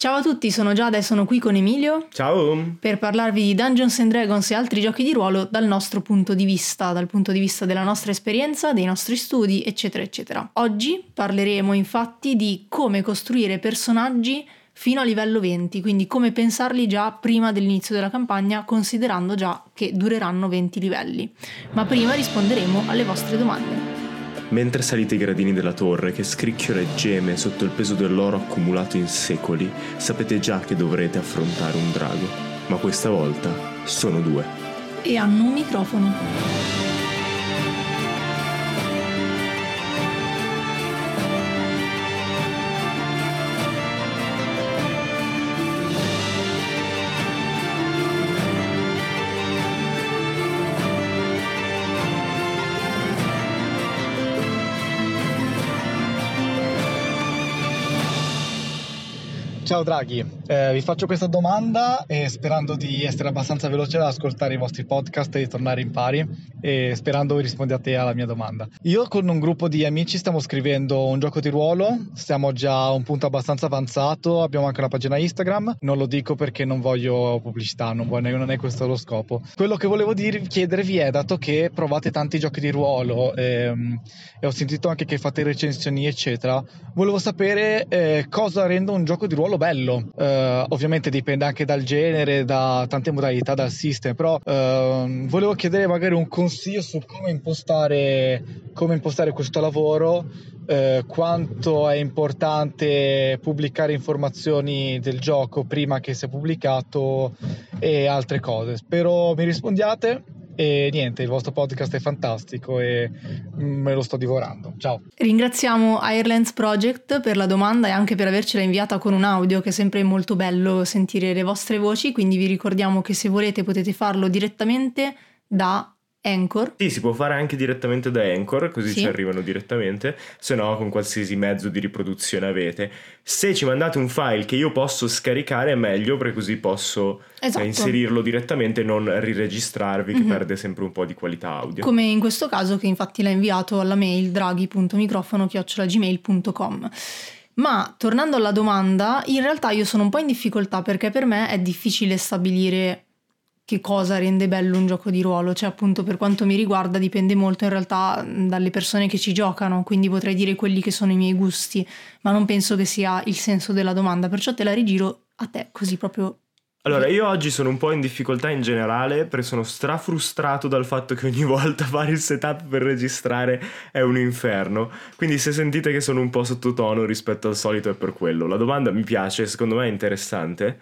Ciao a tutti, sono Giada e sono qui con Emilio. Ciao! Per parlarvi di Dungeons and Dragons e altri giochi di ruolo dal nostro punto di vista, dal punto di vista della nostra esperienza, dei nostri studi, eccetera, eccetera. Oggi parleremo infatti di come costruire personaggi fino a livello 20, quindi come pensarli già prima dell'inizio della campagna, considerando già che dureranno 20 livelli. Ma prima risponderemo alle vostre domande. Mentre salite i gradini della torre che scricchiola e geme sotto il peso dell'oro accumulato in secoli, sapete già che dovrete affrontare un drago, ma questa volta sono 2. E hanno un microfono. Ciao Draghi, vi faccio questa domanda e sperando di essere abbastanza veloce ad ascoltare i vostri podcast e di tornare in pari e sperando vi rispondiate alla mia domanda. Io con un gruppo di amici stiamo scrivendo un gioco di ruolo, siamo già a un punto abbastanza avanzato, abbiamo anche una pagina Instagram, non lo dico perché non voglio pubblicità, non è questo lo scopo. Quello che volevo chiedervi è, dato che provate tanti giochi di ruolo e ho sentito anche che fate recensioni eccetera, volevo sapere cosa rende un gioco di ruolo bello. Ovviamente dipende anche dal genere, da tante modalità, dal system, però volevo chiedere magari un consiglio su come impostare questo lavoro, quanto è importante pubblicare informazioni del gioco prima che sia pubblicato e altre cose. Spero mi rispondiate. E niente, il vostro podcast è fantastico e me lo sto divorando. Ciao. Ringraziamo Irelands Project per la domanda e anche per avercela inviata con un audio, che è sempre molto bello sentire le vostre voci, quindi vi ricordiamo che se volete potete farlo direttamente da Anchor. Sì, si può fare anche direttamente da Anchor, così ci arrivano direttamente, se no con qualsiasi mezzo di riproduzione avete. Se ci mandate un file che io posso scaricare è meglio, perché così posso inserirlo direttamente e non riregistrarvi, che perde sempre un po' di qualità audio. Come in questo caso, che infatti l'ha inviato alla mail draghi.microfono@gmail.com. Ma tornando alla domanda, in realtà io sono un po' in difficoltà perché per me è difficile stabilire che cosa rende bello un gioco di ruolo, cioè appunto per quanto mi riguarda dipende molto in realtà dalle persone che ci giocano, quindi potrei dire quelli che sono i miei gusti, ma non penso che sia il senso della domanda, perciò te la rigiro a te così proprio. Allora, io oggi sono un po' in difficoltà in generale perché sono strafrustrato dal fatto che ogni volta fare il setup per registrare è un inferno, quindi se sentite che sono un po' sottotono rispetto al solito è per quello. La domanda mi piace, secondo me è interessante.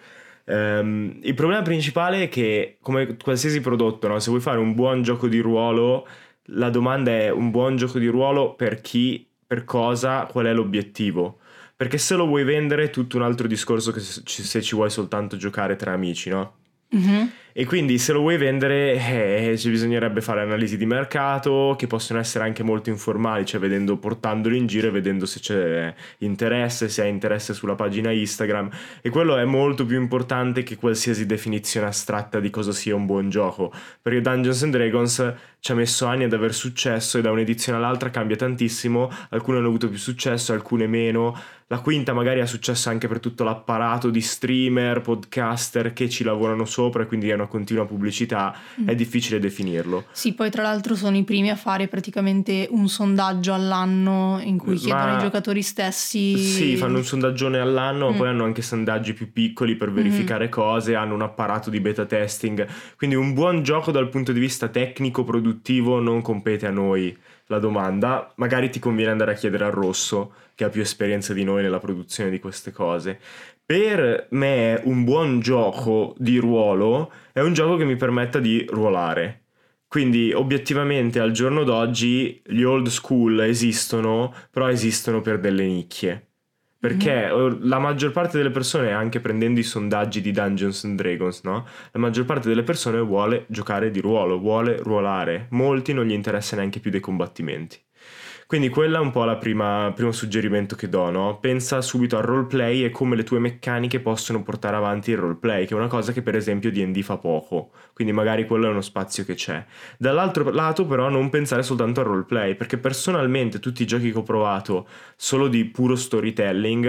Il problema principale è che, come qualsiasi prodotto, no? Se vuoi fare un buon gioco di ruolo, la domanda è: un buon gioco di ruolo per chi, per cosa, qual è l'obiettivo? Perché se lo vuoi vendere è tutto un altro discorso che se ci vuoi soltanto giocare tra amici, no? Mm-hmm. E quindi se lo vuoi vendere ci bisognerebbe fare analisi di mercato che possono essere anche molto informali, cioè portandolo in giro e vedendo se c'è interesse, se hai interesse sulla pagina Instagram, e quello è molto più importante che qualsiasi definizione astratta di cosa sia un buon gioco, perché Dungeons and Dragons ci ha messo anni ad aver successo e da un'edizione all'altra cambia tantissimo, alcune hanno avuto più successo, alcune meno. La quinta magari ha successo anche per tutto l'apparato di streamer, podcaster che ci lavorano sopra e quindi è una continua pubblicità, è difficile definirlo. Sì, poi tra l'altro sono i primi a fare praticamente un sondaggio all'anno in cui chiedono ai giocatori stessi. Sì, fanno un sondaggione all'anno, ma poi hanno anche sondaggi più piccoli per verificare cose, hanno un apparato di beta testing, quindi un buon gioco dal punto di vista tecnico produttivo non compete a noi. La domanda, magari ti conviene andare a chiedere al Rosso, che ha più esperienza di noi nella produzione di queste cose. Per me un buon gioco di ruolo è un gioco che mi permetta di ruolare. Quindi obiettivamente al giorno d'oggi gli old school esistono, però esistono per delle nicchie. Perché la maggior parte delle persone, anche prendendo i sondaggi di Dungeons and Dragons, no? La maggior parte delle persone vuole giocare di ruolo, vuole ruolare. Molti non gli interessa neanche più dei combattimenti. Quindi quella è un po' primo suggerimento che do, no? Pensa subito al roleplay e come le tue meccaniche possono portare avanti il roleplay, che è una cosa che per esempio D&D fa poco, quindi magari quello è uno spazio che c'è. Dall'altro lato però non pensare soltanto al roleplay, perché personalmente tutti i giochi che ho provato solo di puro storytelling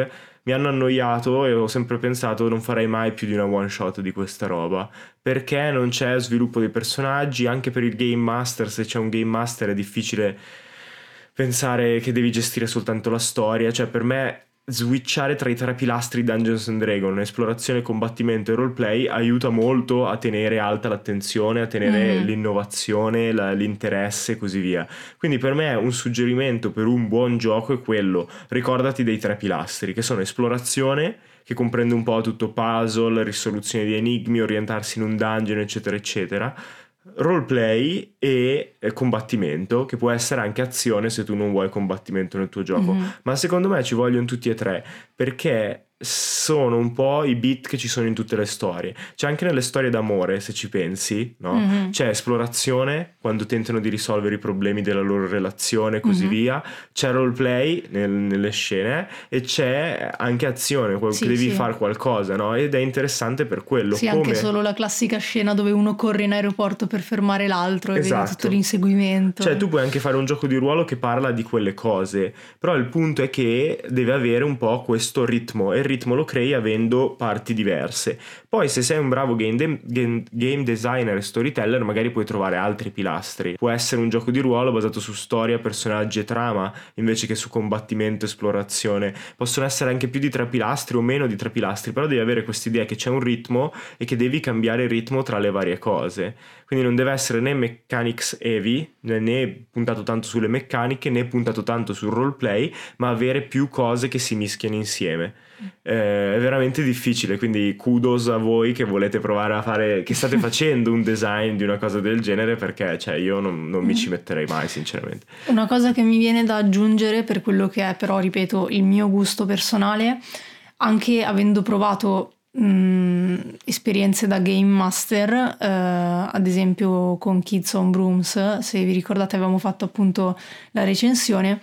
mi hanno annoiato e ho sempre pensato non farei mai più di una one shot di questa roba, perché non c'è sviluppo dei personaggi. Anche per il game master, se c'è un game master è difficile pensare che devi gestire soltanto la storia. Cioè per me switchare tra i tre pilastri Dungeons and Dragons, esplorazione, combattimento e roleplay, aiuta molto a tenere alta l'attenzione, a tenere l'innovazione, l'interesse e così via. Quindi per me un suggerimento per un buon gioco è quello: ricordati dei tre pilastri, che sono esplorazione, che comprende un po' tutto puzzle, risoluzione di enigmi, orientarsi in un dungeon, eccetera eccetera, roleplay e combattimento, che può essere anche azione se tu non vuoi combattimento nel tuo gioco. Ma secondo me ci vogliono tutti e tre, perché sono un po' i beat che ci sono in tutte le storie. C'è anche nelle storie d'amore, se ci pensi, no? C'è esplorazione, quando tentano di risolvere i problemi della loro relazione e così via. C'è roleplay nelle scene, e c'è anche azione, che devi fare qualcosa, no? Ed è interessante per quello. Sì, anche solo la classica scena dove uno corre in aeroporto per fermare l'altro e vedi tutto l'inseguimento. Cioè tu puoi anche fare un gioco di ruolo che parla di quelle cose, però il punto è che deve avere un po' questo ritmo, e il ritmo lo crei avendo parti diverse. Poi se sei un bravo game designer e storyteller, magari puoi trovare altri pilastri. Può essere un gioco di ruolo basato su storia, personaggi e trama, invece che su combattimento, esplorazione. Possono essere anche più di tre pilastri o meno di tre pilastri, però devi avere quest'idea che c'è un ritmo e che devi cambiare il ritmo tra le varie cose. Quindi non deve essere né mechanics heavy, né puntato tanto sulle meccaniche, né puntato tanto sul roleplay, ma avere più cose che si mischiano insieme. È veramente difficile, quindi kudos a voi che volete provare a fare, che state facendo un design di una cosa del genere, perché cioè io non mi ci metterei mai, sinceramente. Una cosa che mi viene da aggiungere, per quello che è però, ripeto, il mio gusto personale, anche avendo provato esperienze da game master, ad esempio con Kids on Brooms, se vi ricordate avevamo fatto appunto la recensione.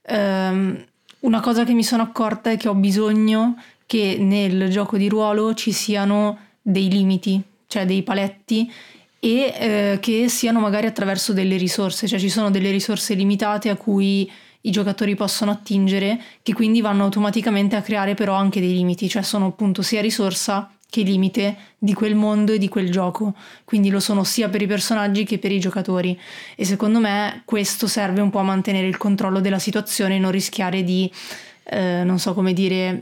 Una cosa che mi sono accorta è che ho bisogno che nel gioco di ruolo ci siano dei limiti, cioè dei paletti, e che siano magari attraverso delle risorse, cioè ci sono delle risorse limitate a cui i giocatori possono attingere, che quindi vanno automaticamente a creare però anche dei limiti, cioè sono appunto sia risorsa che limite di quel mondo e di quel gioco, quindi lo sono sia per i personaggi che per i giocatori, e secondo me questo serve un po' a mantenere il controllo della situazione e non rischiare di non so come dire,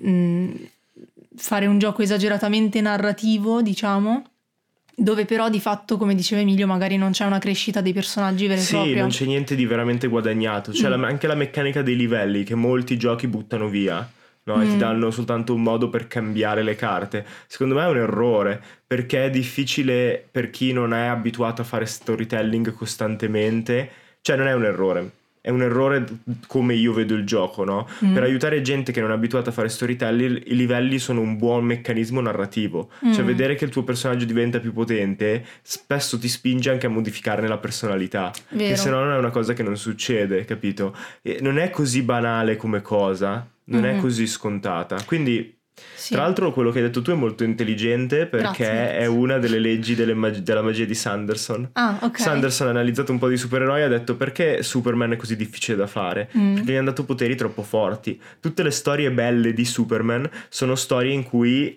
fare un gioco esageratamente narrativo, diciamo, dove però di fatto, come diceva Emilio, magari non c'è una crescita dei personaggi vera e propria. Sì, non c'è niente di veramente guadagnato. C'è anche la meccanica dei livelli che molti giochi buttano via, no? E ti danno soltanto un modo per cambiare le carte. Secondo me è un errore, perché è difficile per chi non è abituato a fare storytelling costantemente. Cioè non è un errore, è un errore come io vedo il gioco, no? Per aiutare gente che non è abituata a fare storytelling, i livelli sono un buon meccanismo narrativo. Cioè vedere che il tuo personaggio diventa più potente spesso ti spinge anche a modificarne la personalità. Vero. Che se no non è una cosa che non succede, capito? E non è così banale come cosa, non è così scontata. Quindi Sì. tra l'altro quello che hai detto tu è molto intelligente, perché Grazie. è una delle leggi della magia di Sanderson. Ah, ok. Sanderson ha analizzato un po' di supereroi e ha detto: perché Superman è così difficile da fare? Perché gli hanno dato poteri troppo forti. Tutte le storie belle di Superman sono storie in cui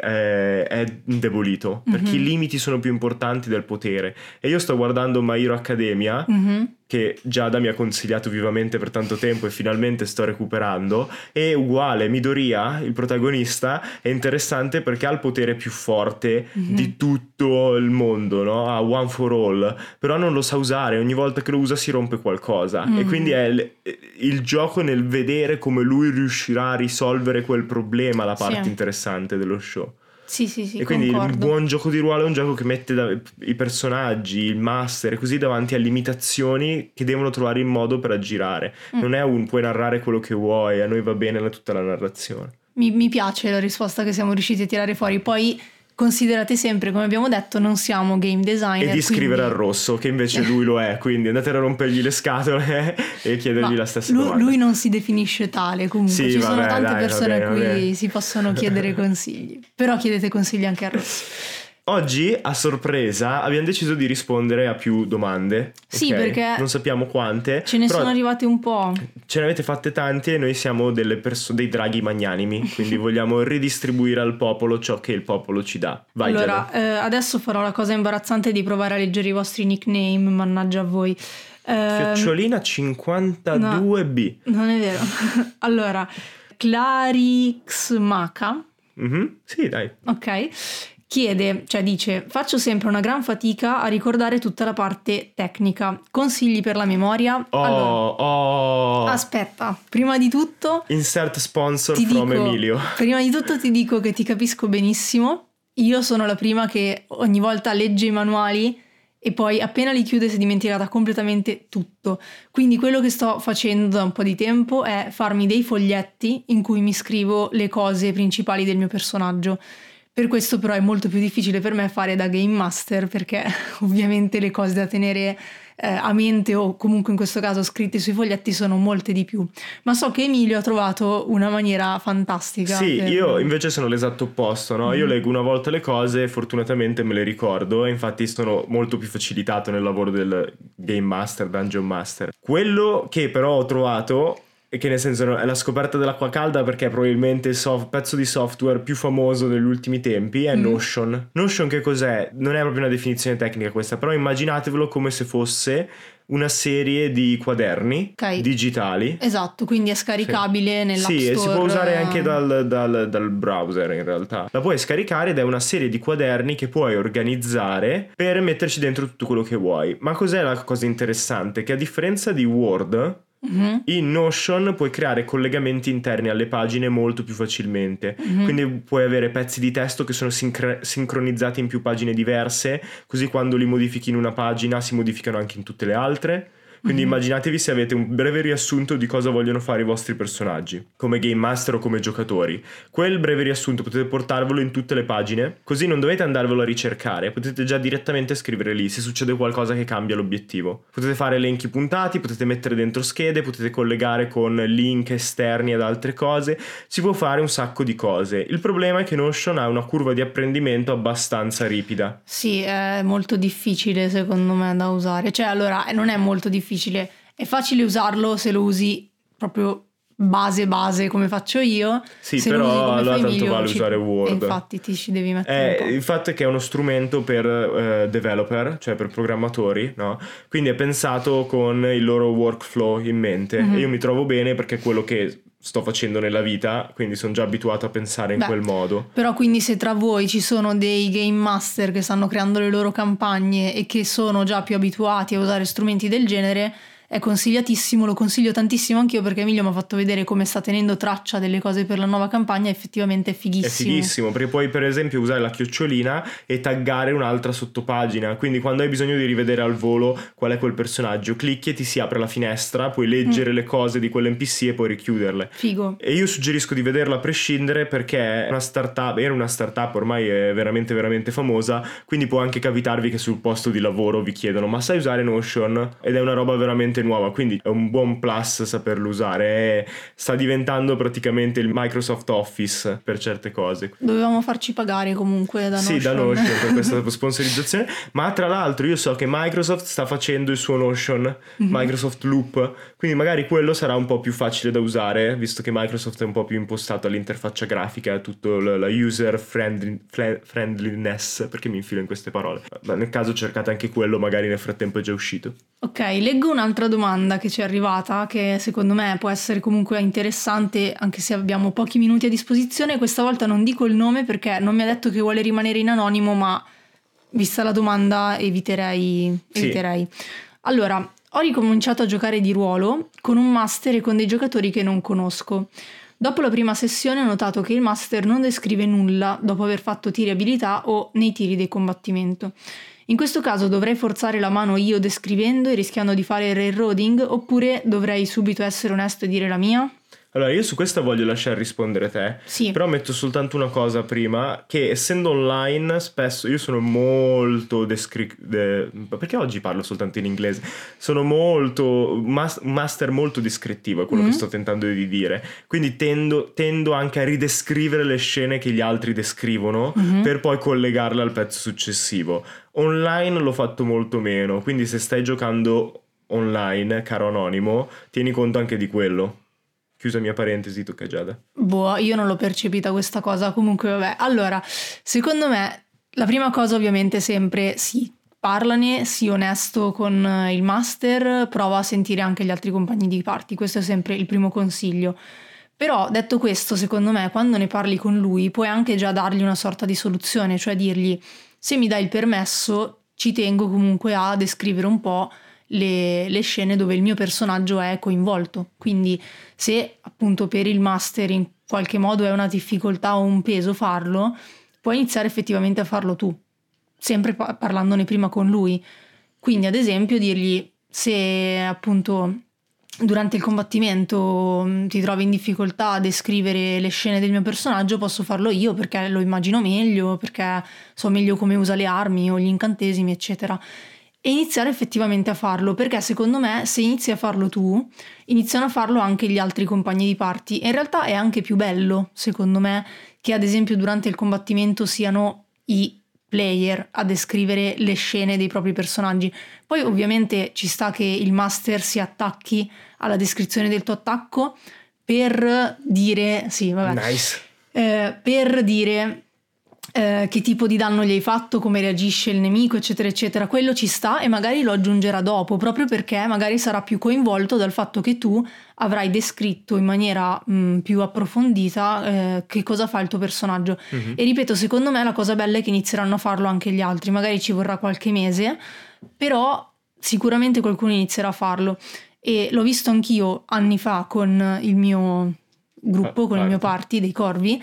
è indebolito, perché i limiti sono più importanti del potere. E io sto guardando My Hero Academia, che Giada mi ha consigliato vivamente per tanto tempo e finalmente sto recuperando, e uguale, Midoriya, il protagonista, è interessante perché ha il potere più forte di tutto il mondo, no? Ha One for All, però non lo sa usare, ogni volta che lo usa si rompe qualcosa, e quindi è il gioco nel vedere come lui riuscirà a risolvere quel problema, la parte interessante dello show. Sì, E quindi concordo. il buon gioco di ruolo è un gioco che mette i personaggi, il master e così davanti a limitazioni che devono trovare il modo per aggirare. Non è puoi narrare quello che vuoi, a noi va bene tutta la narrazione. Mi piace la risposta che siamo riusciti a tirare fuori. Poi considerate sempre, come abbiamo detto, non siamo game designer. E di scrivere quindi... al rosso, che invece lui lo è, quindi andate a rompergli le scatole e chiedergli la stessa domanda. Lui non si definisce tale, comunque Sì, ci sono vabbè, tante dai, persone va a cui bene. si possono chiedere consigli, però chiedete consigli anche al rosso. oggi a sorpresa abbiamo deciso di rispondere a più domande. Sì, ok? perché non sappiamo quante. ce ne però sono arrivate un po'. Ce ne avete fatte tante e noi siamo dei draghi magnanimi, quindi vogliamo ridistribuire al popolo ciò che il popolo ci dà. Vai, Allora, adesso farò la cosa imbarazzante di provare a leggere i vostri nickname, mannaggia a voi. Fiocciolina 52B. Non è vero. Allora, Clarixmaca, Sì, dai. ok, chiede, cioè dice: faccio sempre una gran fatica a ricordare tutta la parte tecnica. Consigli per la memoria? Allora, aspetta, prima di tutto Insert sponsor ti from dico, Emilio. prima di tutto ti dico che ti capisco benissimo. Io sono la prima che ogni volta legge i manuali e poi appena li chiude si è dimenticata completamente tutto. Quindi quello che sto facendo da un po' di tempo è farmi dei foglietti in cui mi scrivo le cose principali del mio personaggio. Per questo però è molto più difficile per me fare da game master, perché ovviamente le cose da tenere a mente, o comunque in questo caso scritte sui foglietti, sono molte di più. Ma so che Emilio ha trovato una maniera fantastica. Sì, io invece sono l'esatto opposto, no? Io leggo una volta le cose e fortunatamente me le ricordo, e infatti sono molto più facilitato nel lavoro del game master, dungeon master. Quello che però ho trovato, e che nel senso è la scoperta dell'acqua calda, perché è probabilmente il pezzo di software più famoso degli ultimi tempi, è Notion. Notion che cos'è? Non è proprio una definizione tecnica questa, però immaginatevelo come se fosse una serie di quaderni digitali. Esatto, quindi è scaricabile nell'app store. Sì, e si può usare anche dal browser in realtà. La puoi scaricare ed è una serie di quaderni che puoi organizzare per metterci dentro tutto quello che vuoi. Ma cos'è la cosa interessante? Che a differenza di Word, in Notion puoi creare collegamenti interni alle pagine molto più facilmente. Quindi puoi avere pezzi di testo che sono sincronizzati in più pagine diverse, così quando li modifichi in una pagina si modificano anche in tutte le altre. Quindi immaginatevi se avete un breve riassunto di cosa vogliono fare i vostri personaggi come game master o come giocatori. Quel breve riassunto potete portarvelo in tutte le pagine, così non dovete andarvelo a ricercare, potete già direttamente scrivere lì se succede qualcosa che cambia l'obiettivo. Potete fare elenchi puntati, potete mettere dentro schede, potete collegare con link esterni ad altre cose, si può fare un sacco di cose. Il problema è che Notion ha una curva di apprendimento abbastanza ripida. Sì, è molto difficile secondo me da usare. Cioè, allora, non è molto difficile, è facile usarlo se lo usi proprio base come faccio io. Sì, però allora tanto vale usare Word. Infatti ti ci devi mettere un po'. Il fatto è che è uno strumento per developer, cioè per programmatori, no? Quindi è pensato con il loro workflow in mente. E io mi trovo bene perché è quello che sto facendo nella vita, quindi sono già abituato a pensare in quel modo. Però quindi se tra voi ci sono dei game master che stanno creando le loro campagne e che sono già più abituati a usare strumenti del genere, è consigliatissimo, lo consiglio tantissimo anch'io, perché Emilio mi ha fatto vedere come sta tenendo traccia delle cose per la nuova campagna, effettivamente è fighissimo. È fighissimo, perché puoi per esempio usare la chiocciolina e taggare un'altra sottopagina, quindi quando hai bisogno di rivedere al volo qual è quel personaggio, clicchi e ti si apre la finestra, puoi leggere le cose di quell'NPC e poi richiuderle. Figo. E io suggerisco di vederla a prescindere, perché era una startup, ormai è veramente veramente famosa, quindi può anche capitarvi che sul posto di lavoro vi chiedono: ma sai usare Notion? Ed è una roba veramente nuova, quindi è un buon plus saperlo usare. Sta diventando praticamente il Microsoft Office per certe cose. Dovevamo farci pagare comunque da Notion. Sì, da Notion per questa sponsorizzazione. Ma tra l'altro io so che Microsoft sta facendo il suo Notion, Microsoft Loop, quindi magari quello sarà un po' più facile da usare, visto che Microsoft è un po' più impostato all'interfaccia grafica, a tutto la user friendliness, perché mi infilo in queste parole. Ma nel caso cercate anche quello, magari nel frattempo è già uscito. Ok, leggo un'altra domanda che ci è arrivata, che secondo me può essere comunque interessante, anche se abbiamo pochi minuti a disposizione. Questa volta non dico il nome perché non mi ha detto che vuole rimanere in anonimo, ma vista la domanda eviterei. Allora, ho ricominciato a giocare di ruolo con un master e con dei giocatori che non conosco. Dopo la prima sessione ho notato che il master non descrive nulla dopo aver fatto tiri abilità o nei tiri di combattimento. In questo caso dovrei forzare la mano io descrivendo e rischiando di fare railroading, oppure dovrei subito essere onesto e dire la mia? Allora, io su questa voglio lasciare rispondere te, Sì. però metto soltanto una cosa prima, che essendo online spesso io sono molto perché oggi parlo soltanto in inglese, sono molto master molto descrittivo, è quello che sto tentando di dire, quindi tendo anche a ridescrivere le scene che gli altri descrivono per poi collegarle al pezzo successivo. Online l'ho fatto molto meno, quindi se stai giocando online, caro anonimo, tieni conto anche di quello. Chiusa mia parentesi, tocca a Giada. Boh, io non l'ho percepita questa cosa, comunque vabbè. Allora, secondo me la prima cosa ovviamente è sempre sì, parlane, sii onesto con il master, prova a sentire anche gli altri compagni di party, questo è sempre il primo consiglio. Però detto questo, secondo me quando ne parli con lui puoi anche già dargli una sorta di soluzione, cioè dirgli: se mi dai il permesso ci tengo comunque a descrivere un po' le scene dove il mio personaggio è coinvolto, quindi se appunto per il master in qualche modo è una difficoltà o un peso farlo, puoi iniziare effettivamente a farlo tu, sempre parlandone prima con lui. Quindi ad esempio dirgli: se appunto durante il combattimento ti trovi in difficoltà a descrivere le scene del mio personaggio, posso farlo io perché lo immagino meglio, perché so meglio come usa le armi o gli incantesimi eccetera, e iniziare effettivamente a farlo, perché secondo me se inizi a farlo tu, iniziano a farlo anche gli altri compagni di party, e in realtà è anche più bello secondo me che ad esempio durante il combattimento siano i player a descrivere le scene dei propri personaggi. Poi ovviamente ci sta che il master si attacchi alla descrizione del tuo attacco per dire sì, vabbè, Nice. Per dire che tipo di danno gli hai fatto, come reagisce il nemico eccetera eccetera, quello ci sta e magari lo aggiungerà dopo, proprio perché magari sarà più coinvolto dal fatto che tu avrai descritto in maniera più approfondita che cosa fa il tuo personaggio. E ripeto, secondo me la cosa bella è che inizieranno a farlo anche gli altri, magari ci vorrà qualche mese, però sicuramente qualcuno inizierà a farlo, e l'ho visto anch'io anni fa con il mio gruppo, con il mio party dei corvi,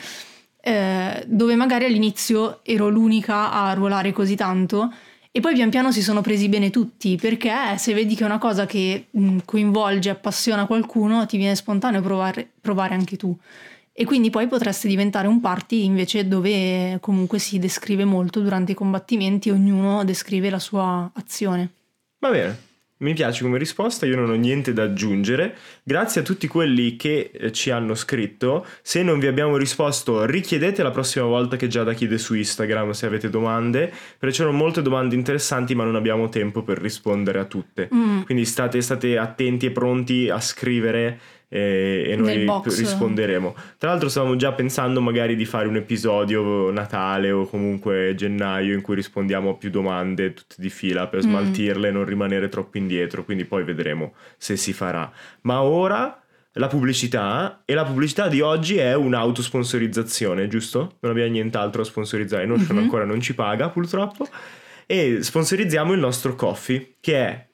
dove magari all'inizio ero l'unica a ruolare così tanto e poi pian piano si sono presi bene tutti, perché se vedi che è una cosa che coinvolge, appassiona qualcuno, ti viene spontaneo provare anche tu, e quindi poi potreste diventare un party invece dove comunque si descrive molto durante i combattimenti, ognuno descrive la sua azione. Va bene. Mi piace come risposta, io non ho niente da aggiungere. Grazie a tutti quelli che ci hanno scritto. Se non vi abbiamo risposto, richiedete la prossima volta che Giada chiede su Instagram se avete domande, perché c'erano molte domande interessanti ma non abbiamo tempo per rispondere a tutte. Quindi state attenti e pronti a scrivere e noi risponderemo. Tra l'altro stavamo già pensando magari di fare un episodio Natale o comunque gennaio in cui rispondiamo a più domande tutte di fila per smaltirle e non rimanere troppo indietro, quindi poi vedremo se si farà. Ma ora la pubblicità, e la pubblicità di oggi è un'autosponsorizzazione, giusto? Non abbiamo nient'altro da sponsorizzare, Notion ancora non ci paga purtroppo, e sponsorizziamo il nostro Ko-fi, che è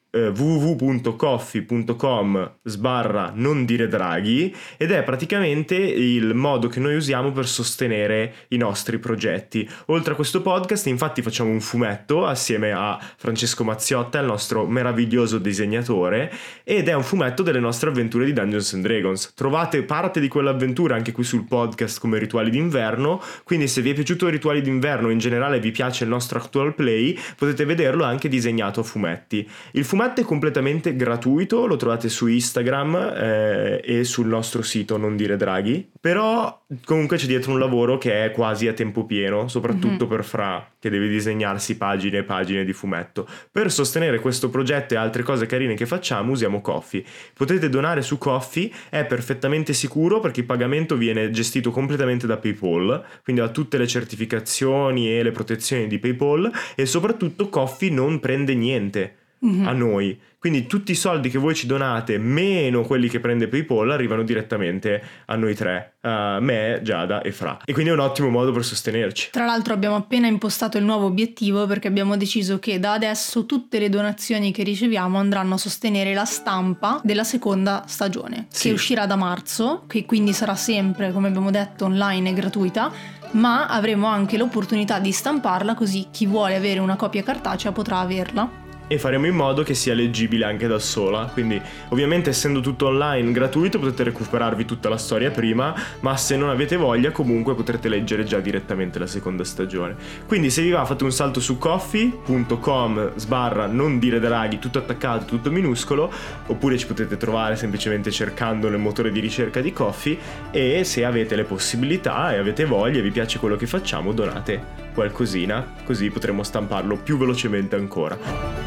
www.ko-fi.com/non dire draghi, ed è praticamente il modo che noi usiamo per sostenere i nostri progetti. Oltre a questo podcast infatti facciamo un fumetto assieme a Francesco Mazziotta, il nostro meraviglioso disegnatore, ed è un fumetto delle nostre avventure di Dungeons and Dragons. Trovate parte di quell'avventura anche qui sul podcast come Rituali d'inverno, quindi se vi è piaciuto Rituali d'inverno e in generale vi piace il nostro actual play, potete vederlo anche disegnato a fumetti. Il fumetto è completamente gratuito, lo trovate su Instagram e sul nostro sito Non Dire Draghi, però comunque c'è dietro un lavoro che è quasi a tempo pieno, soprattutto per Fra, che deve disegnarsi pagine e pagine di fumetto. Per sostenere questo progetto e altre cose carine che facciamo usiamo Ko-fi. Potete donare su Ko-fi, è perfettamente sicuro perché il pagamento viene gestito completamente da PayPal, quindi ha tutte le certificazioni e le protezioni di PayPal, e soprattutto Ko-fi non prende niente a noi, quindi tutti i soldi che voi ci donate meno quelli che prende PayPal arrivano direttamente a noi tre, a me, Giada e Fra, e quindi è un ottimo modo per sostenerci. Tra l'altro abbiamo appena impostato il nuovo obiettivo, perché abbiamo deciso che da adesso tutte le donazioni che riceviamo andranno a sostenere la stampa della seconda stagione, che uscirà da marzo, che quindi sarà sempre, come abbiamo detto, online e gratuita, ma avremo anche l'opportunità di stamparla, così chi vuole avere una copia cartacea potrà averla. e faremo in modo che sia leggibile anche da sola. Quindi ovviamente essendo tutto online gratuito potete recuperarvi tutta la storia prima, ma se non avete voglia comunque potrete leggere già direttamente la seconda stagione. Quindi se vi va fate un salto su coffee.com/non dire draghi, tutto attaccato, tutto minuscolo, oppure ci potete trovare semplicemente cercando nel motore di ricerca di Ko-fi, e se avete le possibilità e avete voglia e vi piace quello che facciamo donate qualcosina, così potremo stamparlo più velocemente ancora.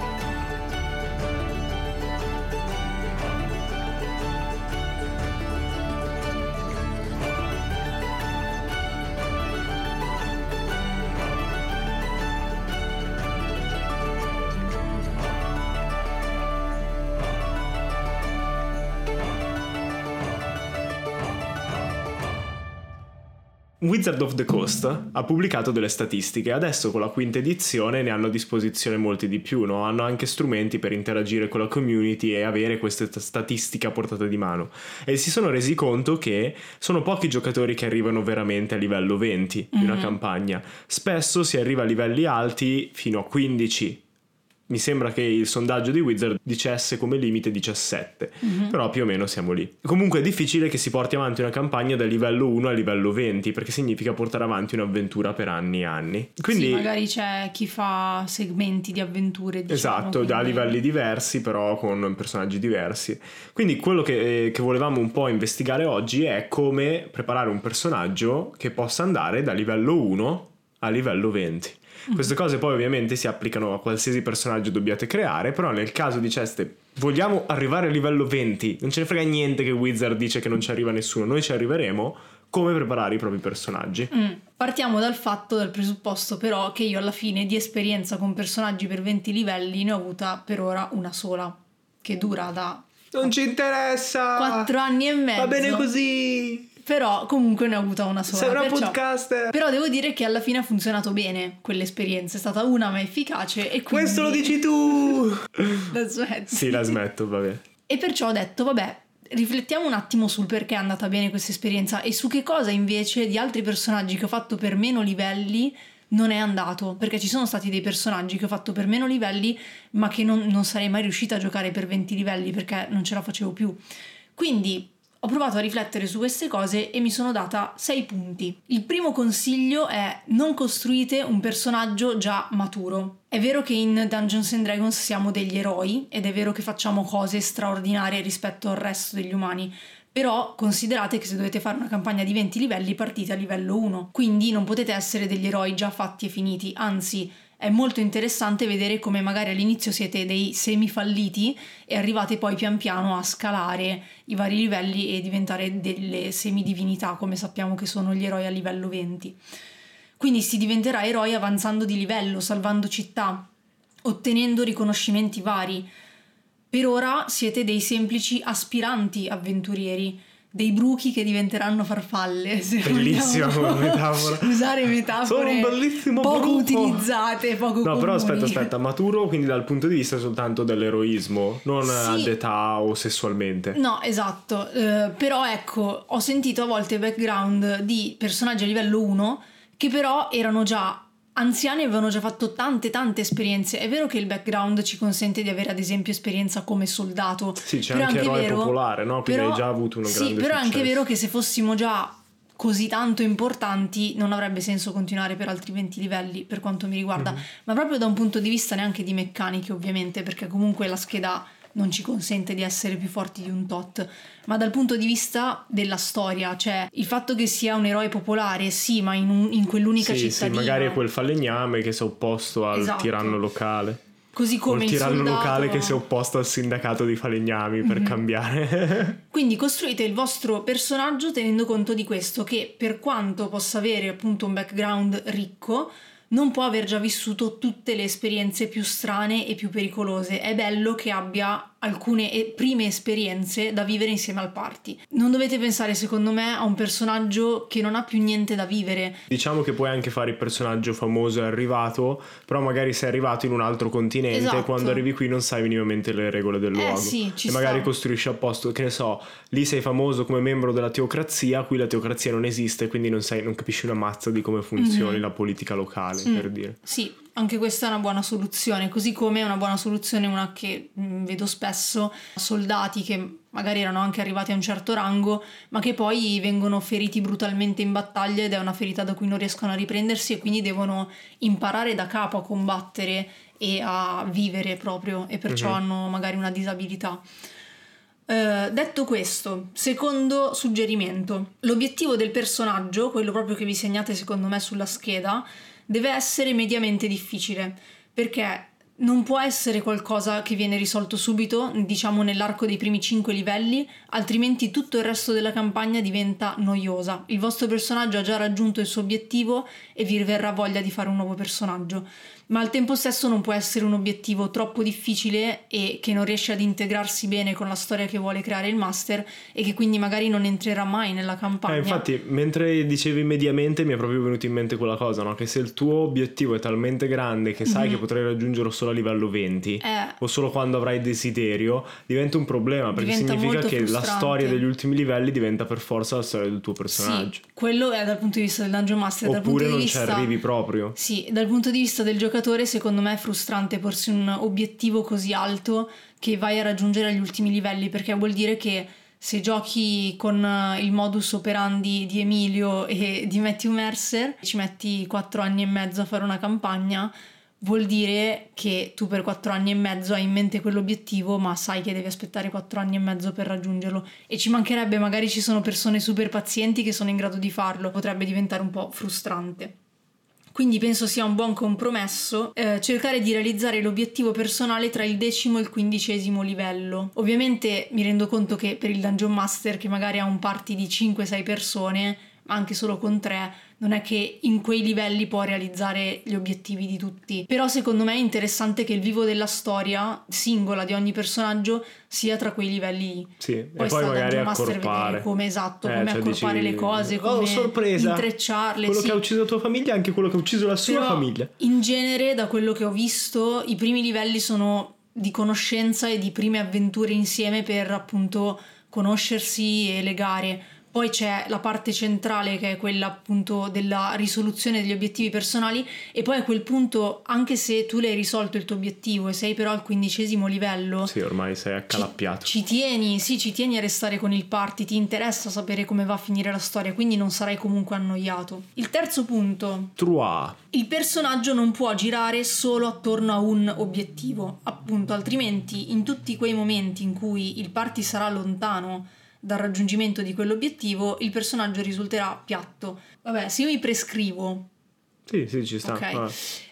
Wizard of the Coast ha pubblicato delle statistiche. Adesso con la quinta edizione ne hanno a disposizione molti di più, no? Hanno anche strumenti per interagire con la community e avere queste statistiche a portata di mano, e si sono resi conto che sono pochi giocatori che arrivano veramente a livello 20 di una campagna. Spesso si arriva a livelli alti fino a 15. Mi sembra che il sondaggio di Wizard dicesse come limite 17, però più o meno siamo lì. Comunque è difficile che si porti avanti una campagna da livello 1 a livello 20, perché significa portare avanti un'avventura per anni e anni. Quindi, sì, magari c'è chi fa segmenti di avventure, diciamo, esatto, da livelli diversi però con personaggi diversi. Quindi quello che volevamo un po' investigare oggi è come preparare un personaggio che possa andare da livello 1 a livello 20. Queste cose poi ovviamente si applicano a qualsiasi personaggio dobbiate creare, però nel caso diceste vogliamo arrivare a livello 20, non ce ne frega niente che Wizard dice che non ci arriva nessuno, noi ci arriveremo. Come preparare i propri personaggi? Partiamo dal presupposto però che io alla fine di esperienza con personaggi per 20 livelli ne ho avuta per ora una sola, che dura da... Non ci interessa! 4 anni e mezzo. Va bene così! Però comunque ne ho avuta una sola. Sei una podcaster. Però devo dire che alla fine ha funzionato bene quell'esperienza. È stata una ma efficace, e quindi... Questo lo dici tu! La smetti. Sì, la smetto, vabbè. E perciò ho detto, vabbè, riflettiamo un attimo sul perché è andata bene questa esperienza e su che cosa invece di altri personaggi che ho fatto per meno livelli non è andato. Perché ci sono stati dei personaggi che ho fatto per meno livelli ma che non sarei mai riuscita a giocare per 20 livelli perché non ce la facevo più. Quindi ho provato a riflettere su queste cose e mi sono data 6 punti. Il primo consiglio è: non costruite un personaggio già maturo. È vero che in Dungeons and Dragons siamo degli eroi ed è vero che facciamo cose straordinarie rispetto al resto degli umani, però considerate che se dovete fare una campagna di 20 livelli partite a livello 1, quindi non potete essere degli eroi già fatti e finiti, anzi è molto interessante vedere come magari all'inizio siete dei semifalliti e arrivate poi pian piano a scalare i vari livelli e diventare delle semidivinità, come sappiamo che sono gli eroi a livello 20. Quindi si diventerà eroi avanzando di livello, salvando città, ottenendo riconoscimenti vari. Per ora siete dei semplici aspiranti avventurieri, dei bruchi che diventeranno farfalle. Bellissima come metafora. Usare metafore Sono un bellissimo poco bruco. utilizzate, poco comuni. No, però aspetta, maturo quindi dal punto di vista soltanto dell'eroismo, non sì, ad età o sessualmente. No, esatto, però ecco, ho sentito a volte background di personaggi a livello 1 che però erano già anziani e avevano già fatto tante esperienze. È vero che il background ci consente di avere ad esempio esperienza come soldato. Sì, c'è anche eroe popolare, no? Quindi hai già avuto una grande però è anche successo. vero che se fossimo già così tanto importanti non avrebbe senso continuare per altri 20 livelli per quanto mi riguarda, ma proprio da un punto di vista neanche di meccaniche ovviamente, perché comunque la scheda non ci consente di essere più forti di un tot, ma dal punto di vista della storia, cioè il fatto che sia un eroe popolare, sì, ma in quell'unica cittadina. Sì, magari è quel falegname che si è opposto al tiranno locale. Così come il tiranno soldato locale che si è opposto al sindacato di falegnami per cambiare. Quindi costruite il vostro personaggio tenendo conto di questo, che per quanto possa avere appunto un background ricco, non può aver già vissuto tutte le esperienze più strane e più pericolose. È bello che abbia alcune prime esperienze da vivere insieme al party. Non dovete pensare, secondo me, a un personaggio che non ha più niente da vivere. Diciamo che puoi anche fare il personaggio famoso e arrivato, però magari sei arrivato in un altro continente, esatto. E quando arrivi qui non sai minimamente le regole del luogo. Sì, e magari costruisci apposta, che ne so, lì sei famoso come membro della teocrazia, qui la teocrazia non esiste, quindi non capisci una mazza di come funzioni la politica locale, per dire. Sì. Anche questa è una buona soluzione, così come è una buona soluzione una che vedo spesso, soldati che magari erano anche arrivati a un certo rango, ma che poi vengono feriti brutalmente in battaglia ed è una ferita da cui non riescono a riprendersi e quindi devono imparare da capo a combattere e a vivere proprio, e perciò hanno magari una disabilità. Detto questo, secondo suggerimento, l'obiettivo del personaggio, quello proprio che vi segnate secondo me sulla scheda, deve essere mediamente difficile, perché non può essere qualcosa che viene risolto subito, diciamo nell'arco dei primi 5 livelli, altrimenti tutto il resto della campagna diventa noiosa. Il vostro personaggio ha già raggiunto il suo obiettivo e vi verrà voglia di fare un nuovo personaggio. Ma al tempo stesso non può essere un obiettivo troppo difficile e che non riesce ad integrarsi bene con la storia che vuole creare il master e che quindi magari non entrerà mai nella campagna. Infatti, mentre dicevi mediamente mi è proprio venuto in mente quella cosa, no? Che se il tuo obiettivo è talmente grande che sai che potrai raggiungerlo solo a livello 20 o solo quando avrai desiderio, diventa un problema, perché significa che la storia degli ultimi livelli diventa per forza la storia del tuo personaggio. Sì, quello è dal punto di vista del Dungeon Master. Oppure dal punto non di vista... ci arrivi proprio. Sì, dal punto di vista del giocatore secondo me è frustrante porsi un obiettivo così alto che vai a raggiungere agli ultimi livelli, perché vuol dire che se giochi con il modus operandi di Emilio e di Matthew Mercer ci metti 4 anni e mezzo a fare una campagna, vuol dire che tu per 4 anni e mezzo hai in mente quell'obiettivo, ma sai che devi aspettare 4 anni e mezzo per raggiungerlo, e ci mancherebbe, magari ci sono persone super pazienti che sono in grado di farlo, potrebbe diventare un po' frustrante. Quindi penso sia un buon compromesso cercare di realizzare l'obiettivo personale tra il 10° e il 15° livello. Ovviamente mi rendo conto che per il Dungeon Master, che magari ha un party di 5-6 persone, ma anche solo con 3, non è che in quei livelli può realizzare gli obiettivi di tutti. Però secondo me è interessante che il vivo della storia singola di ogni personaggio sia tra quei livelli. Sì, poi e poi magari accorpare come come accorpare le cose, come sorpresa, intrecciarle. Quello che ha ucciso la tua famiglia è anche quello che ha ucciso la sua famiglia. In genere, da quello che ho visto, i primi livelli sono di conoscenza e di prime avventure insieme per appunto conoscersi e legare. Poi c'è la parte centrale, che è quella appunto della risoluzione degli obiettivi personali, e poi a quel punto, anche se tu l'hai risolto il tuo obiettivo e sei però al 15° livello, sì, ormai sei accalappiato, ci tieni a restare con il party, ti interessa sapere come va a finire la storia, quindi non sarai comunque annoiato. Il terzo punto: il personaggio non può girare solo attorno a un obiettivo, appunto, altrimenti in tutti quei momenti in cui il party sarà lontano dal raggiungimento di quell'obiettivo, il personaggio risulterà piatto. Vabbè, se io mi prescrivo ci sta, okay,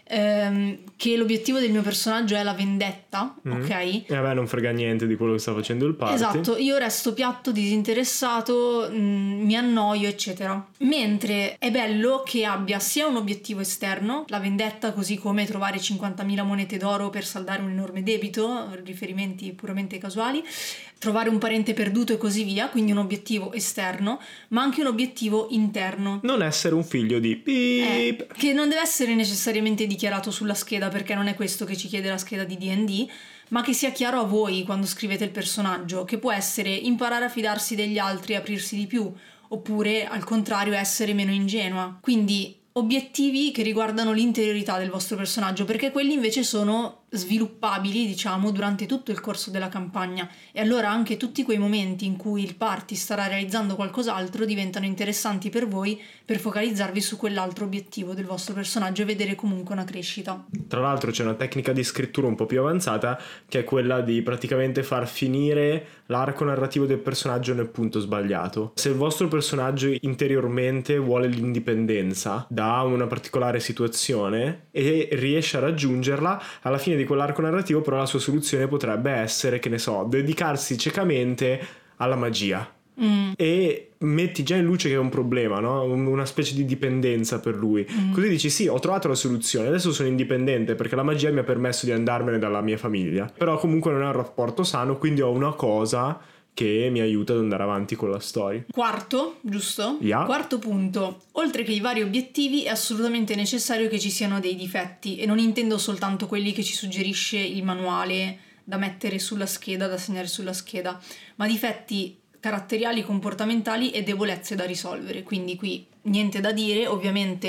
che l'obiettivo del mio personaggio è la vendetta, ok? E vabbè, non frega niente di quello che sta facendo il party. Esatto, io resto piatto, disinteressato, mi annoio, eccetera. Mentre è bello che abbia sia un obiettivo esterno, la vendetta, così come trovare 50.000 monete d'oro per saldare un enorme debito, riferimenti puramente casuali, trovare un parente perduto e così via, quindi un obiettivo esterno, ma anche un obiettivo interno. Non essere un figlio di beep. Che non deve essere necessariamente dichiarato sulla scheda, perché non è questo che ci chiede la scheda di D&D, ma che sia chiaro a voi quando scrivete il personaggio, che può essere imparare a fidarsi degli altri, aprirsi di più, oppure al contrario essere meno ingenua. Quindi obiettivi che riguardano l'interiorità del vostro personaggio, perché quelli invece sono sviluppabili, diciamo, durante tutto il corso della campagna, e allora anche tutti quei momenti in cui il party starà realizzando qualcos'altro diventano interessanti per voi, per focalizzarvi su quell'altro obiettivo del vostro personaggio e vedere comunque una crescita. Tra l'altro c'è una tecnica di scrittura un po' più avanzata, che è quella di praticamente far finire l'arco narrativo del personaggio nel punto sbagliato. Se il vostro personaggio interiormente vuole l'indipendenza da una particolare situazione e riesce a raggiungerla, alla fine di quell'arco narrativo però la sua soluzione potrebbe essere, che ne so, dedicarsi ciecamente alla magia. E metti già in luce che è un problema, no? Una specie di dipendenza per lui. Così dici: sì, ho trovato la soluzione, adesso sono indipendente perché la magia mi ha permesso di andarmene dalla mia famiglia, però comunque non è un rapporto sano, quindi ho una cosa che mi aiuta ad andare avanti con la storia. Quarto, giusto? Yeah. Quarto punto: oltre che i vari obiettivi è assolutamente necessario che ci siano dei difetti, e non intendo soltanto quelli che ci suggerisce il manuale da mettere sulla scheda, da segnare sulla scheda, ma difetti caratteriali, comportamentali e debolezze da risolvere. Quindi qui niente da dire, ovviamente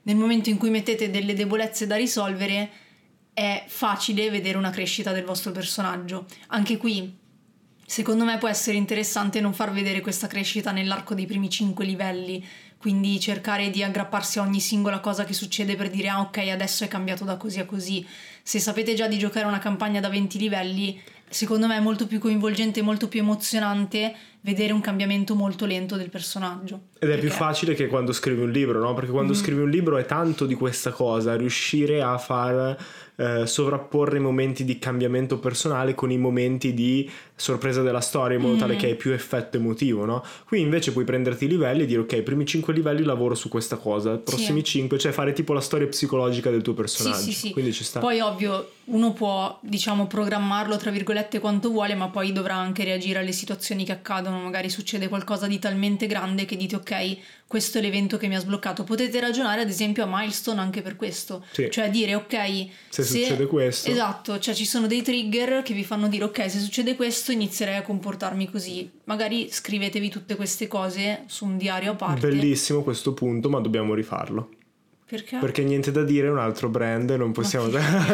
nel momento in cui mettete delle debolezze da risolvere è facile vedere una crescita del vostro personaggio. Anche qui secondo me può essere interessante non far vedere questa crescita nell'arco dei primi 5 livelli, quindi cercare di aggrapparsi a ogni singola cosa che succede per dire ok, adesso è cambiato da così a così. Se sapete già di giocare una campagna da 20 livelli, secondo me è molto più coinvolgente, molto più emozionante vedere un cambiamento molto lento del personaggio. Ed è più facile che quando scrivi un libro, no? Perché quando scrivi un libro è tanto di questa cosa, riuscire a far sovrapporre i momenti di cambiamento personale con i momenti di sorpresa della storia, in modo tale che hai più effetto emotivo, no? Qui invece puoi prenderti i livelli e dire ok, i primi 5 livelli lavoro su questa cosa, i prossimi 5, cioè fare tipo la storia psicologica del tuo personaggio. Sì. Quindi ci sta. Poi ovvio uno può, diciamo, programmarlo tra virgolette quanto vuole, ma poi dovrà anche reagire alle situazioni che accadono. Magari succede qualcosa di talmente grande che dite ok, questo è l'evento che mi ha sbloccato. Potete ragionare ad esempio a milestone anche per questo, cioè dire ok, se succede questo, esatto, cioè ci sono dei trigger che vi fanno dire ok, se succede questo inizierei a comportarmi così. Magari scrivetevi tutte queste cose su un diario a parte. Bellissimo questo punto, ma dobbiamo rifarlo. Perché? Perché niente da dire, è un altro brand, non possiamo.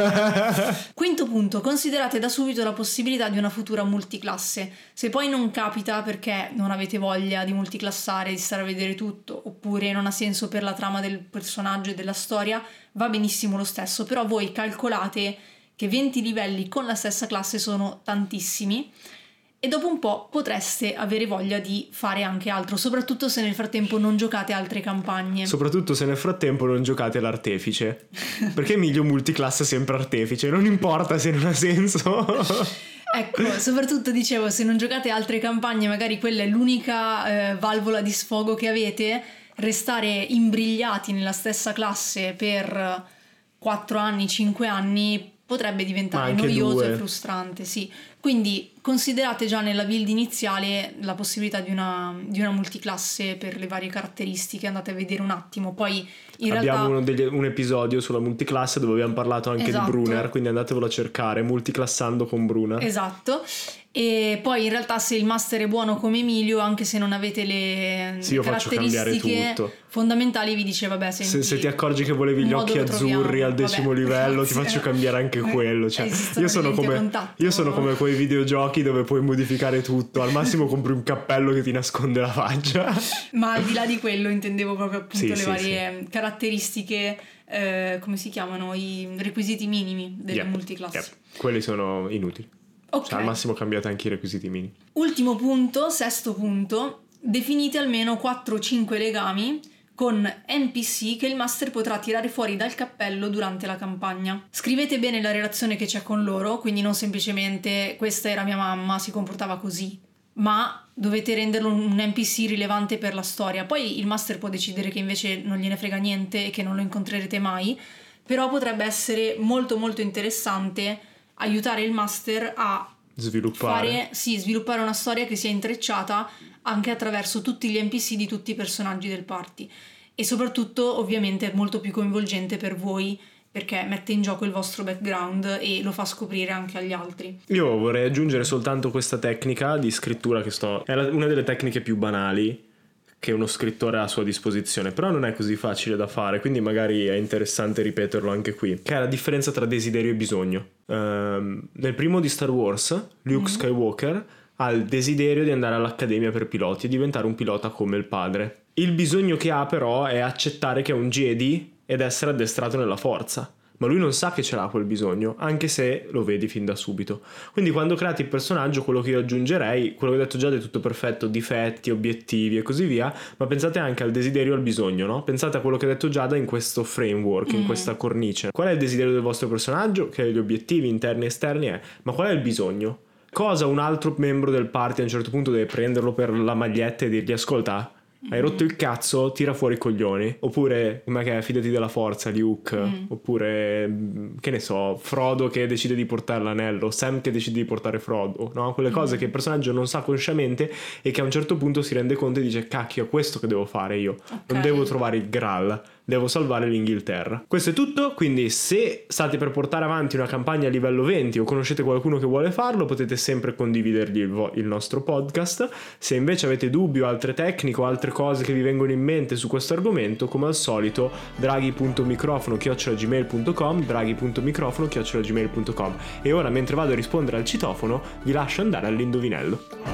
Quinto punto, considerate da subito la possibilità di una futura multiclasse. Se poi non capita perché non avete voglia di multiclassare, di stare a vedere tutto, oppure non ha senso per la trama del personaggio e della storia, va benissimo lo stesso, però voi calcolate che 20 livelli con la stessa classe sono tantissimi e dopo un po' potreste avere voglia di fare anche altro, soprattutto se nel frattempo non giocate altre campagne. Soprattutto se nel frattempo non giocate l'artefice. Perché è meglio multiclasse sempre artefice, non importa se non ha senso. Ecco, soprattutto dicevo, se non giocate altre campagne, magari quella è l'unica valvola di sfogo che avete, restare imbrigliati nella stessa classe per 4 anni, 5 anni potrebbe diventare noioso e frustrante, sì. Quindi considerate già nella build iniziale la possibilità di una multiclasse per le varie caratteristiche, andate a vedere un attimo, poi in abbiamo realtà un episodio sulla multiclasse dove abbiamo parlato anche di Brunner, quindi andatevelo a cercare, multiclassando con Brunner. Esatto. E poi in realtà se il master è buono come Emilio, anche se non avete le caratteristiche fondamentali, vi dice vabbè, senti, se ti accorgi che volevi gli occhi azzurri al 10° livello, ti faccio cambiare anche quello, cioè, io sono come quei videogiochi dove puoi modificare tutto, al massimo compri un cappello che ti nasconde la faccia. Ma al di là di quello intendevo proprio appunto le varie caratteristiche, come si chiamano, i requisiti minimi delle multiclasse. Quelli sono inutili. Okay. Cioè, al massimo cambiate anche i requisiti minimi. Ultimo punto, sesto punto, definite almeno 4-5 legami con NPC che il master potrà tirare fuori dal cappello durante la campagna. Scrivete bene la relazione che c'è con loro, quindi non semplicemente questa era mia mamma, si comportava così, ma dovete renderlo un NPC rilevante per la storia. Poi il master può decidere che invece non gliene frega niente e che non lo incontrerete mai, però potrebbe essere molto molto interessante aiutare il master a sviluppare una storia che sia intrecciata anche attraverso tutti gli NPC di tutti i personaggi del party, e soprattutto ovviamente è molto più coinvolgente per voi perché mette in gioco il vostro background e lo fa scoprire anche agli altri. Io vorrei aggiungere soltanto questa tecnica di scrittura è una delle tecniche più banali che uno scrittore ha a sua disposizione, però non è così facile da fare, quindi magari è interessante ripeterlo anche qui, che è la differenza tra desiderio e bisogno. Nel primo di Star Wars, Luke Skywalker ha il desiderio di andare all'accademia per piloti e diventare un pilota come il padre. Il bisogno che ha però è accettare che è un Jedi ed essere addestrato nella forza. Ma lui non sa che ce l'ha quel bisogno, anche se lo vedi fin da subito. Quindi quando create il personaggio, quello che io aggiungerei, quello che ho detto già è tutto perfetto, difetti, obiettivi e così via, ma pensate anche al desiderio e al bisogno, no? Pensate a quello che ha detto Giada in questo framework, in questa cornice. Qual è il desiderio del vostro personaggio, che è gli obiettivi interni e esterni ma qual è il bisogno? Cosa un altro membro del party a un certo punto deve prenderlo per la maglietta e dirgli ascolta, hai rotto il cazzo, tira fuori i coglioni. Oppure, com'è che è, fidati della forza, Luke. Oppure, che ne so, Frodo che decide di portare l'anello, Sam che decide di portare Frodo, no? Quelle cose che il personaggio non sa consciamente e che a un certo punto si rende conto e dice cacchio, è questo che devo fare io. Non devo trovare il Graal, devo salvare l'Inghilterra. Questo è tutto, quindi se state per portare avanti una campagna a livello 20 o conoscete qualcuno che vuole farlo, potete sempre condividergli il nostro podcast. Se invece avete dubbi o altre tecniche o altre cose che vi vengono in mente su questo argomento, come al solito draghi.microfono@gmail.com, draghi.microfono@gmail.com. E ora, mentre vado a rispondere al citofono, vi lascio andare all'indovinello.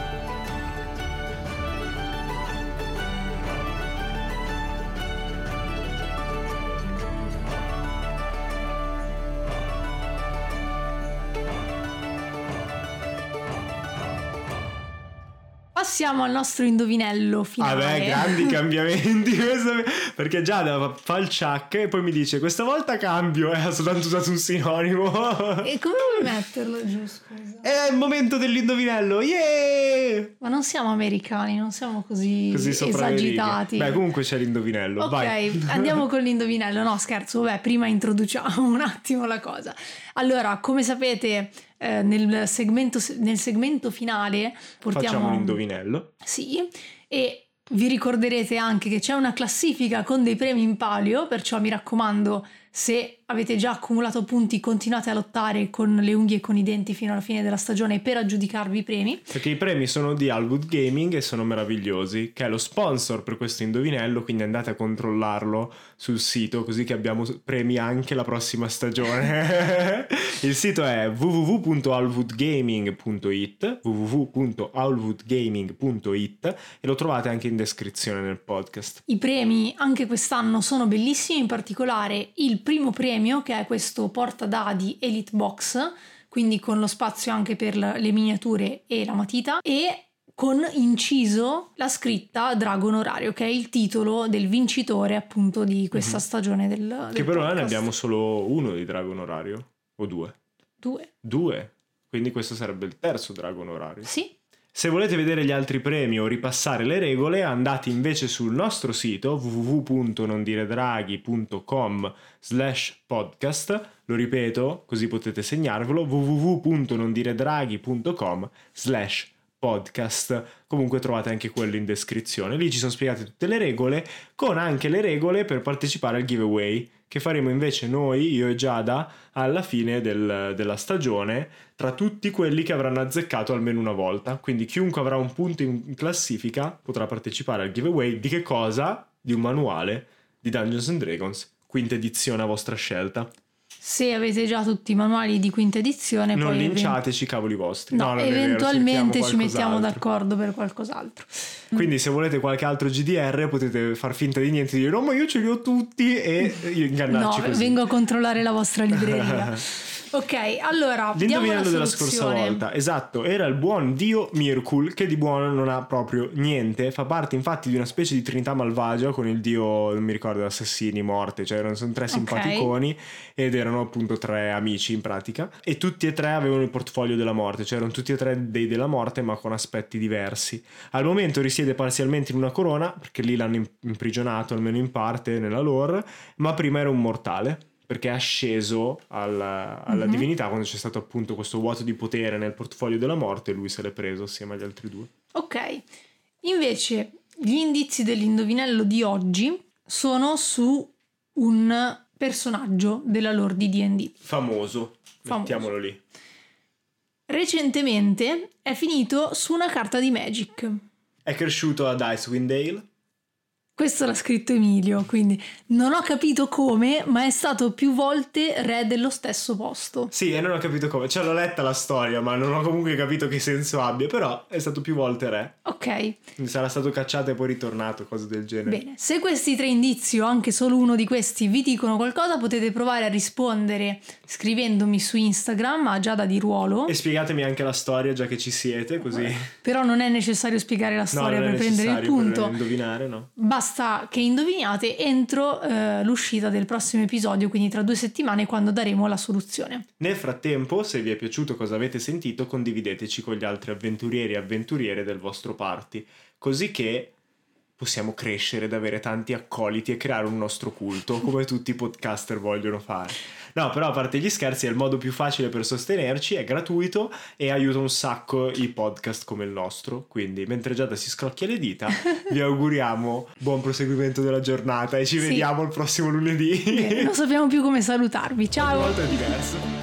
Passiamo al nostro indovinello finale. Vabbè, grandi cambiamenti. Perché Giada fa il ciak e poi mi dice questa volta cambio, ha soltanto usato un sinonimo. E come vuoi metterlo giù, scusa? È il momento dell'indovinello, yeah! Ma non siamo americani, non siamo così sopra le righe. esagitati. Beh, comunque c'è l'indovinello. Ok, vai. andiamo con l'indovinello. No, scherzo, vabbè, prima introduciamo un attimo la cosa. Allora, come sapete, nel segmento finale Facciamo un indovinello. Sì, e vi ricorderete anche che c'è una classifica con dei premi in palio, perciò mi raccomando, se avete già accumulato punti, continuate a lottare con le unghie e con i denti fino alla fine della stagione per aggiudicarvi i premi. Perché i premi sono di Alwood Gaming e sono meravigliosi, che è lo sponsor per questo indovinello, quindi andate a controllarlo sul sito, così che abbiamo premi anche la prossima stagione. Il sito è www.alwoodgaming.it, www.alwoodgaming.it, e lo trovate anche in descrizione nel podcast. I premi anche quest'anno sono bellissimi, in particolare il primo premio, che è questo portadadi Elite Box, quindi con lo spazio anche per le miniature e la matita, e con inciso la scritta Dragon Orario, che è il titolo del vincitore appunto di questa stagione del Che per ora ne podcast. abbiamo solo uno di Dragon Orario, o due? Due, quindi questo sarebbe il terzo Dragon Orario. Sì. Se volete vedere gli altri premi o ripassare le regole, andate invece sul nostro sito www.nondiredraghi.com/podcast, lo ripeto così potete segnarvelo, www.nondiredraghi.com/podcast. Comunque trovate anche quello in descrizione, lì ci sono spiegate tutte le regole, con anche le regole per partecipare al giveaway che faremo invece noi, io e Giada, alla fine della stagione, tra tutti quelli che avranno azzeccato almeno una volta. Quindi chiunque avrà un punto in classifica potrà partecipare al giveaway. Di che cosa? Di un manuale di Dungeons and Dragons, quinta edizione a vostra scelta. Se avete già tutti i manuali di quinta edizione, Non poi linciateci i cavoli vostri. No, non è vero, eventualmente cerchiamo ci mettiamo qualcos'altro. d'accordo per qualcos'altro. Quindi se volete qualche altro GDR potete far finta di niente e dire no ma io ce li ho tutti e ingannarci No, così. vengo a controllare la vostra libreria. Ok, allora diamo la L'indovinello della scorsa soluzione. volta, esatto, era il buon dio Mirkul, che di buono non ha proprio niente, fa parte infatti di una specie di trinità malvagia con il dio, non mi ricordo, assassini, morte, cioè sono tre simpaticoni ed erano appunto tre amici in pratica, e tutti e tre avevano il portfolio della morte, cioè erano tutti e tre dei della morte ma con aspetti diversi. Al momento risiede parzialmente in una corona, perché lì l'hanno imprigionato almeno in parte nella lore, ma prima era un mortale, perché è asceso alla divinità quando c'è stato appunto questo vuoto di potere nel portfolio della morte, e lui se l'è preso assieme agli altri due. Ok, invece gli indizi dell'indovinello di oggi sono su un personaggio della lore di D&D. Famoso, mettiamolo lì. Recentemente è finito su una carta di Magic. È cresciuto ad Icewind Dale. Questo l'ha scritto Emilio, quindi non ho capito come, ma è stato più volte re dello stesso posto. Sì, e non ho capito come, cioè l'ho letta la storia, ma non ho comunque capito che senso abbia, però è stato più volte re. Ok. Quindi sarà stato cacciato e poi ritornato, cose del genere. Bene, se questi tre indizi o anche solo uno di questi vi dicono qualcosa, potete provare a rispondere scrivendomi su Instagram a Giada di Ruolo. E spiegatemi anche la storia, già che ci siete, così. Però non è necessario spiegare la storia non è per prendere il necessario punto. per indovinare, no? Basta che indoviniate entro l'uscita del prossimo episodio, quindi tra 2 settimane, quando daremo la soluzione. Nel frattempo, se vi è piaciuto cosa avete sentito, condivideteci con gli altri avventurieri e avventuriere del vostro party, così che possiamo crescere ed avere tanti accoliti e creare un nostro culto, come tutti i podcaster vogliono fare. No, però a parte gli scherzi, è il modo più facile per sostenerci, è gratuito e aiuta un sacco i podcast come il nostro. Quindi, mentre Giada si scrocchia le dita, vi auguriamo buon proseguimento della giornata e ci vediamo il prossimo lunedì. Non sappiamo più come salutarvi. Ciao! Ogni volta è diverso.